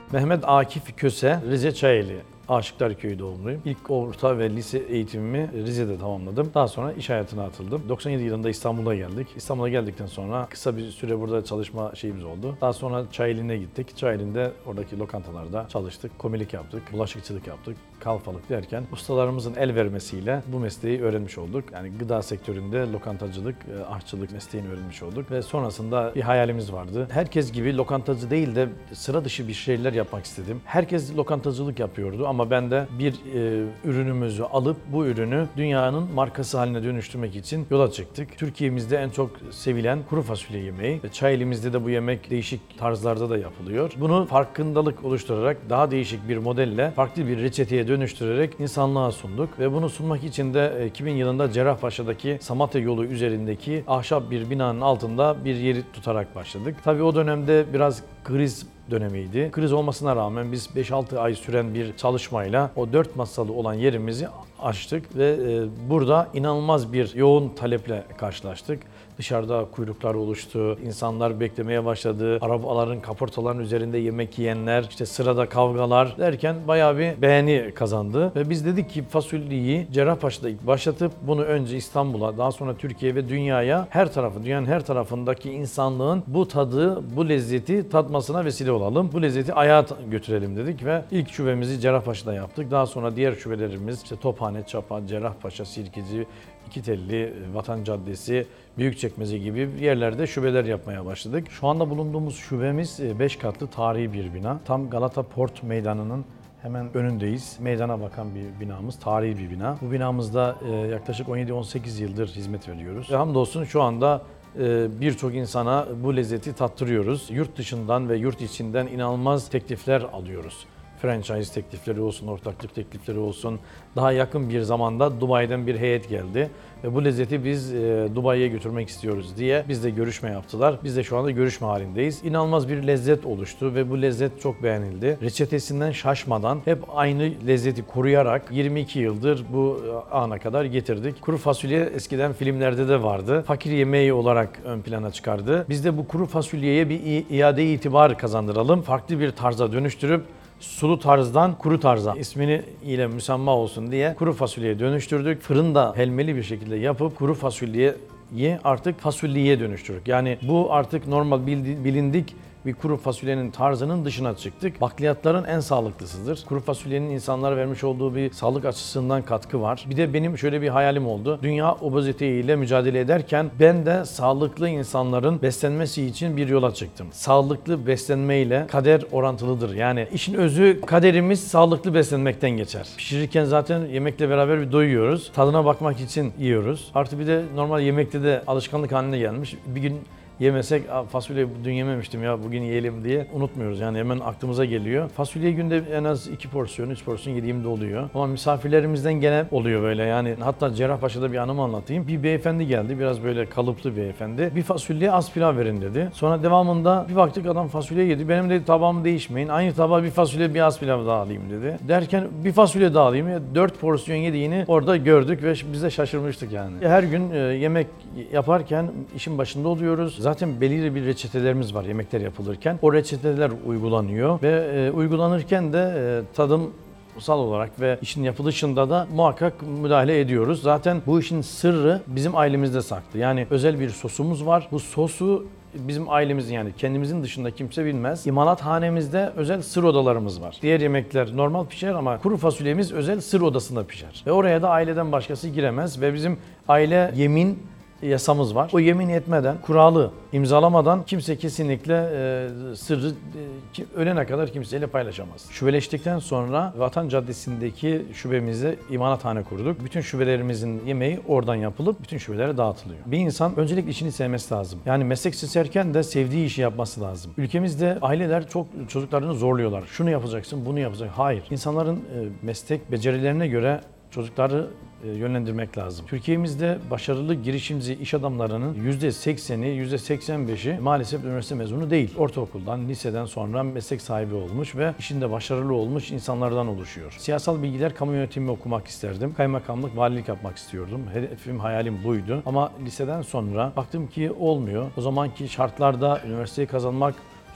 Mehmet Akif Köse, Rize Çayeli. Aşıklar Köyü doğumluyum. İlk orta ve lise eğitimimi Rize'de tamamladım. Daha sonra iş hayatına atıldım. 97 yılında İstanbul'a geldik. İstanbul'a geldikten sonra kısa bir süre burada çalışma şeyimiz oldu. Daha sonra Çayeli'ne gittik. Çayeli'nde oradaki lokantalarda çalıştık. Komilik yaptık, bulaşıkçılık yaptık, kalfalık derken ustalarımızın el vermesiyle bu mesleği öğrenmiş olduk. Yani gıda sektöründe lokantacılık, aşçılık mesleğini öğrenmiş olduk. Ve sonrasında bir hayalimiz vardı. Herkes gibi lokantacı değil de sıra dışı bir şeyler yapmak istedim. Herkes lokantacılık yapıyordu ama ben de bir ürünümüzü alıp bu ürünü dünyanın markası haline dönüştürmek için yola çıktık. Türkiye'mizde en çok sevilen kuru fasulye yemeği. Çayeli'mizde de bu yemek değişik tarzlarda da yapılıyor. Bunu farkındalık oluşturarak daha değişik bir modelle farklı bir reçeteye dönüştürerek insanlığa sunduk. Ve bunu sunmak için de 2000 yılında Cerrahpaşa'daki Samatya yolu üzerindeki ahşap bir binanın altında bir yeri tutarak başladık. Tabii o dönemde biraz kriz dönemiydi. Kriz olmasına rağmen biz 5-6 ay süren bir çalışmayla o 4 masalı olan yerimizi açtık ve burada inanılmaz bir yoğun taleple karşılaştık. Dışarıda kuyruklar oluştu, insanlar beklemeye başladı, arabaların kaportaların üzerinde yemek yiyenler, işte sırada kavgalar derken bayağı bir beğeni kazandı. Ve biz dedik ki fasulyeyi Cerrahpaşa'da ilk başlatıp bunu önce İstanbul'a, daha sonra Türkiye ve dünyaya dünyanın her tarafındaki insanlığın bu tadı, bu lezzeti tatmasına vesile olalım. Bu lezzeti ayağa götürelim dedik ve ilk şubemizi Cerrahpaşa'da yaptık. Daha sonra diğer şubelerimiz işte Tophane, Çapa, Cerrahpaşa, Sirkeci, İkitelli, Vatan Caddesi, Büyükçekmece gibi yerlerde şubeler yapmaya başladık. Şu anda bulunduğumuz şubemiz 5 katlı tarihi bir bina. Tam Galata Port Meydanı'nın hemen önündeyiz. Meydana bakan bir binamız, tarihi bir bina. Bu binamızda yaklaşık 17-18 yıldır hizmet veriyoruz. Ve hamdolsun şu anda birçok insana bu lezzeti tattırıyoruz. Yurt dışından ve yurt içinden inanılmaz teklifler alıyoruz. Franchise teklifleri olsun, ortaklık teklifleri olsun. Daha yakın bir zamanda Dubai'den bir heyet geldi. Ve bu lezzeti biz Dubai'ye götürmek istiyoruz diye bizle görüşme yaptılar. Biz de şu anda görüşme halindeyiz. İnanılmaz bir lezzet oluştu ve bu lezzet çok beğenildi. Reçetesinden şaşmadan hep aynı lezzeti koruyarak 22 yıldır bu ana kadar getirdik. Kuru fasulye eskiden filmlerde de vardı. Fakir yemeği olarak ön plana çıkardı. Biz de bu kuru fasulyeye bir iade itibar kazandıralım. Farklı bir tarza dönüştürüp sulu tarzdan kuru tarza ismini ile müsemma olsun diye kuru fasulyeye dönüştürdük. Fırında helmeli bir şekilde yapıp kuru fasulyeyi artık fasulyeye dönüştürdük. Yani bu artık normal bilindik bir kuru fasulyenin tarzının dışına çıktık. Bakliyatların en sağlıklısıdır. Kuru fasulyenin insanlara vermiş olduğu bir sağlık açısından katkı var. Bir de benim şöyle bir hayalim oldu. Dünya obeziteyle mücadele ederken ben de sağlıklı insanların beslenmesi için bir yola çıktım. Sağlıklı beslenmeyle kader orantılıdır. Yani işin özü kaderimiz sağlıklı beslenmekten geçer. Pişirirken zaten yemekle beraber bir doyuyoruz. Tadına bakmak için yiyoruz. Artı bir de normal yemekte de alışkanlık haline gelmiş. Bir gün yemesek fasulye dün yememiştim ya bugün yiyelim diye unutmuyoruz. Yani hemen aklımıza geliyor. Fasulye günde en az 2 porsiyon, 3 porsiyon yediğim de oluyor. Ama misafirlerimizden gene oluyor böyle yani. Hatta Cerrahpaşa'da bir anımı anlatayım. Bir beyefendi geldi, biraz böyle kalıplı beyefendi. Bir fasulye az pilav verin dedi. Sonra devamında bir baktık adam fasulye yedi. Benim dedi tabağımı değişmeyin. Aynı tabağa bir fasulye bir az pilav daha alayım dedi. Derken bir fasulye daha alayım. 4 porsiyon yediğini orada gördük ve biz de şaşırmıştık yani. Her gün yemek yaparken işin başında oluyoruz. Zaten belirli bir reçetelerimiz var yemekler yapılırken. O reçeteler uygulanıyor ve uygulanırken de tadımsal olarak ve işin yapılışında da muhakkak müdahale ediyoruz. Zaten bu işin sırrı bizim ailemizde saklı. Yani özel bir sosumuz var. Bu sosu bizim ailemizin yani kendimizin dışında kimse bilmez. İmalathanemizde özel sır odalarımız var. Diğer yemekler normal pişer ama kuru fasulyemiz özel sır odasında pişer. Ve oraya da aileden başkası giremez ve bizim aile yemin yasamız var. O yemin etmeden, kuralı imzalamadan kimse kesinlikle sırrı ölene kadar kimseyle paylaşamaz. Şubeleştikten sonra Vatan Caddesi'ndeki şubemize imanathane kurduk. Bütün şubelerimizin yemeği oradan yapılıp bütün şubelere dağıtılıyor. Bir insan öncelikle işini sevmesi lazım. Yani meslek seçerken de sevdiği işi yapması lazım. Ülkemizde aileler çok çocuklarını zorluyorlar. Şunu yapacaksın, bunu yapacaksın. Hayır. İnsanların meslek becerilerine göre çocukları yönlendirmek lazım. Türkiye'mizde başarılı girişimci iş adamlarının %80'i, %85'i maalesef üniversite mezunu değil. Ortaokuldan, liseden sonra meslek sahibi olmuş ve işinde başarılı olmuş insanlardan oluşuyor. Siyasal bilgiler, kamu yönetimi okumak isterdim. Kaymakamlık, valilik yapmak istiyordum. Hedefim, hayalim buydu. Ama liseden sonra baktım ki olmuyor. O zamanki şartlarda üniversiteyi kazanmak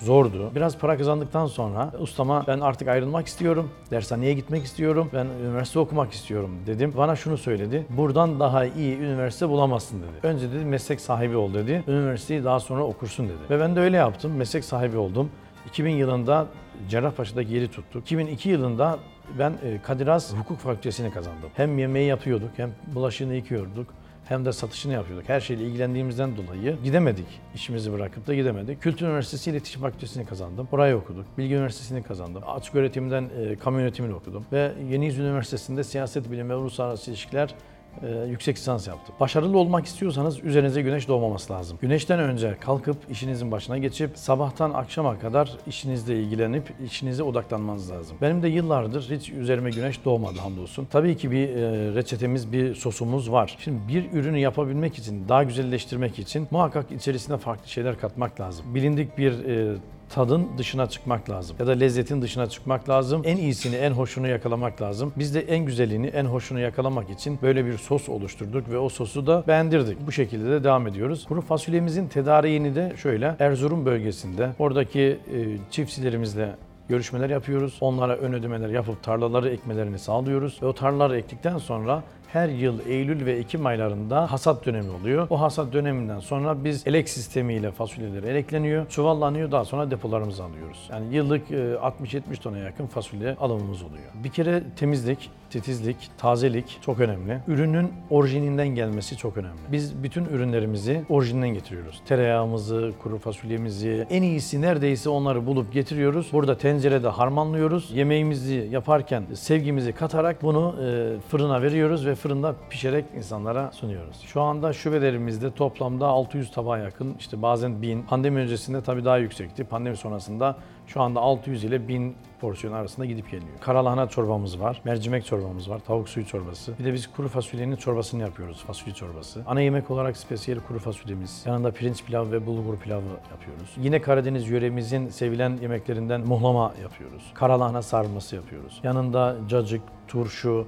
zordu. Biraz para kazandıktan sonra ustama ben artık ayrılmak istiyorum, dershaneye gitmek istiyorum, ben üniversite okumak istiyorum dedim. Bana şunu söyledi, buradan daha iyi üniversite bulamazsın dedi. Önce dedi meslek sahibi ol dedi, üniversiteyi daha sonra okursun dedi. Ve ben de öyle yaptım, meslek sahibi oldum. 2000 yılında Cerrahpaşa'daki yeri tuttuk. 2002 yılında ben Kadir Has Hukuk Fakültesini kazandım. Hem yemeği yapıyorduk, hem bulaşığını yıkıyorduk, hem de satışını yapıyorduk. Her şeyle ilgilendiğimizden dolayı gidemedik. İşimizi bırakıp da gidemedik. Kültür Üniversitesi İletişim Fakültesini kazandım. Orayı okuduk. Bilgi Üniversitesi'ni kazandım. Açık öğretimden kamu yönetimini okudum. Ve Yeniyiz Üniversitesi'nde Siyaset Bilimi ve Uluslararası İlişkiler yüksek lisans yaptım. Başarılı olmak istiyorsanız üzerinize güneş doğmaması lazım. Güneşten önce kalkıp işinizin başına geçip sabahtan akşama kadar işinizle ilgilenip işinize odaklanmanız lazım. Benim de yıllardır hiç üzerime güneş doğmadı hamdolsun. Tabii ki bir reçetemiz, bir sosumuz var. Şimdi bir ürünü yapabilmek için, daha güzelleştirmek için muhakkak içerisine farklı şeyler katmak lazım. Bilindik bir tadın dışına çıkmak lazım. Ya da lezzetin dışına çıkmak lazım. En iyisini, en hoşunu yakalamak lazım. Biz de en güzelini, en hoşunu yakalamak için böyle bir sos oluşturduk ve o sosu da beğendirdik. Bu şekilde de devam ediyoruz. Kuru fasulyemizin tedariğini de şöyle Erzurum bölgesinde oradaki çiftçilerimizle görüşmeler yapıyoruz. Onlara ön ödemeler yapıp tarlaları ekmelerini sağlıyoruz. Ve o tarlaları ektikten sonra her yıl Eylül ve Ekim aylarında hasat dönemi oluyor. O hasat döneminden sonra biz elek sistemiyle fasulyeleri elekleniyor, çuvallanıyor, daha sonra depolarımıza alıyoruz. Yani yıllık 60-70 tona yakın fasulye alımımız oluyor. Bir kere temizlik, titizlik, tazelik çok önemli. Ürünün orijininden gelmesi çok önemli. Biz bütün ürünlerimizi orijinden getiriyoruz. Tereyağımızı, kuru fasulyemizi, en iyisi neredeyse onları bulup getiriyoruz. Burada tencerede harmanlıyoruz. Yemeğimizi yaparken sevgimizi katarak bunu fırına veriyoruz ve fırında pişerek insanlara sunuyoruz. Şu anda şubelerimizde toplamda 600 tabağa yakın, işte bazen 1000. Pandemi öncesinde tabii daha yüksekti. Pandemi sonrasında şu anda 600 ile 1000 porsiyon arasında gidip geliyor. Karalahana çorbamız var, mercimek çorbamız var, tavuk suyu çorbası. Bir de biz kuru fasulyenin çorbasını yapıyoruz, fasulye çorbası. Ana yemek olarak spesiyel kuru fasulyemiz. Yanında pirinç pilavı ve bulgur pilavı yapıyoruz. Yine Karadeniz yöremizin sevilen yemeklerinden muhlama yapıyoruz. Karalahana sarması yapıyoruz. Yanında cacık, turşu,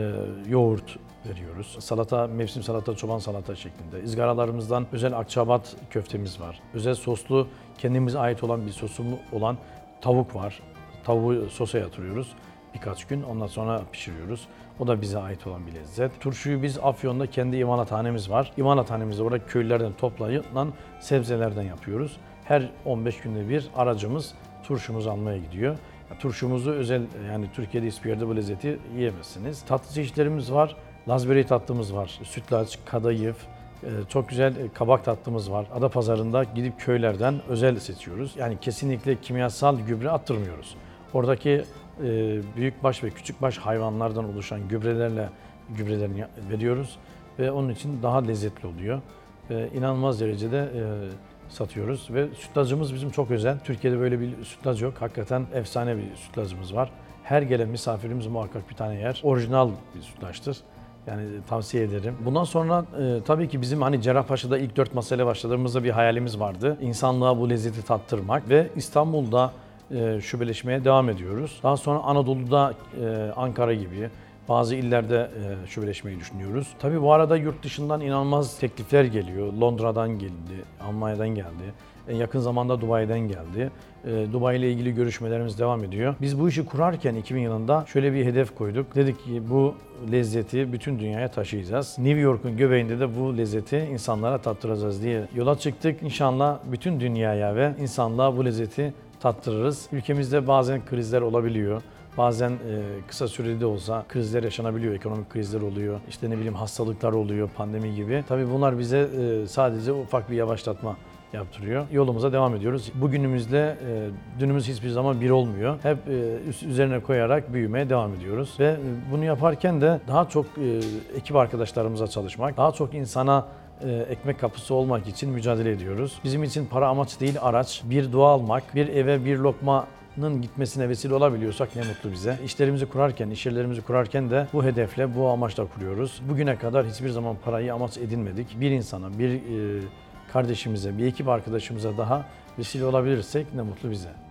yoğurt veriyoruz. Salata, mevsim salata, çoban salata şeklinde. İzgaralarımızdan özel Akçabat köftemiz var. Özel soslu, kendimize ait olan bir sosumu olan tavuk var. Tavuğu sosa yatırıyoruz birkaç gün. Ondan sonra pişiriyoruz. O da bize ait olan bir lezzet. Turşuyu biz Afyon'da kendi imalathanemiz var. İmalathanemizde orada köylülerden toplayılan sebzelerden yapıyoruz. Her 15 günde bir aracımız turşumuzu almaya gidiyor. Turşumuzu özel, yani Türkiye'de hiçbir yerde bu lezzeti yiyemezsiniz. Tatlı çeşitlerimiz var. Laz böreği tatlımız var. Sütlaç, kadayıf, çok güzel kabak tatlımız var. Adapazarı'nda gidip köylerden özel seçiyoruz. Yani kesinlikle kimyasal gübre attırmıyoruz. Oradaki büyükbaş ve küçükbaş hayvanlardan oluşan gübrelerini veriyoruz ve onun için daha lezzetli oluyor. İnanılmaz derecede satıyoruz ve sütlacımız bizim çok özel. Türkiye'de böyle bir sütlaç yok. Hakikaten efsane bir sütlacımız var. Her gelen misafirimiz muhakkak bir tane yer. Orijinal bir sütlaçtır. Yani tavsiye ederim. Bundan sonra tabii ki bizim hani Cerrahpaşa'da ilk 4 masayla başladığımızda bir hayalimiz vardı. İnsanlığa bu lezzeti tattırmak ve İstanbul'da şubeleşmeye devam ediyoruz. Daha sonra Anadolu'da Ankara gibi bazı illerde şubeleşmeyi düşünüyoruz. Tabii bu arada yurt dışından inanılmaz teklifler geliyor. Londra'dan geldi, Almanya'dan geldi. Yakın zamanda Dubai'den geldi. Dubai ile ilgili görüşmelerimiz devam ediyor. Biz bu işi kurarken 2000 yılında şöyle bir hedef koyduk. Dedik ki bu lezzeti bütün dünyaya taşıyacağız. New York'un göbeğinde de bu lezzeti insanlara tattıracağız diye yola çıktık. İnşallah bütün dünyaya ve insanlığa bu lezzeti tattırırız. Ülkemizde bazen krizler olabiliyor. Bazen kısa süreli de olsa krizler yaşanabiliyor, ekonomik krizler oluyor, işte ne bileyim hastalıklar oluyor, pandemi gibi. Tabii bunlar bize sadece ufak bir yavaşlatma yaptırıyor. Yolumuza devam ediyoruz. Bugünümüzle dünümüz hiçbir zaman bir olmuyor. Hep üzerine koyarak büyümeye devam ediyoruz. Ve bunu yaparken de daha çok ekip arkadaşlarımıza çalışmak, daha çok insana ekmek kapısı olmak için mücadele ediyoruz. Bizim için para amaç değil, araç. Bir dua almak, bir eve bir lokmanın gitmesine vesile olabiliyorsak ne mutlu bize. İşlerimizi kurarken, iş yerlerimizi kurarken de bu hedefle, bu amaçla kuruyoruz. Bugüne kadar hiçbir zaman parayı amaç edinmedik. Bir insana, bir kardeşimize, bir ekip arkadaşımıza daha vesile olabilirsek ne mutlu bize.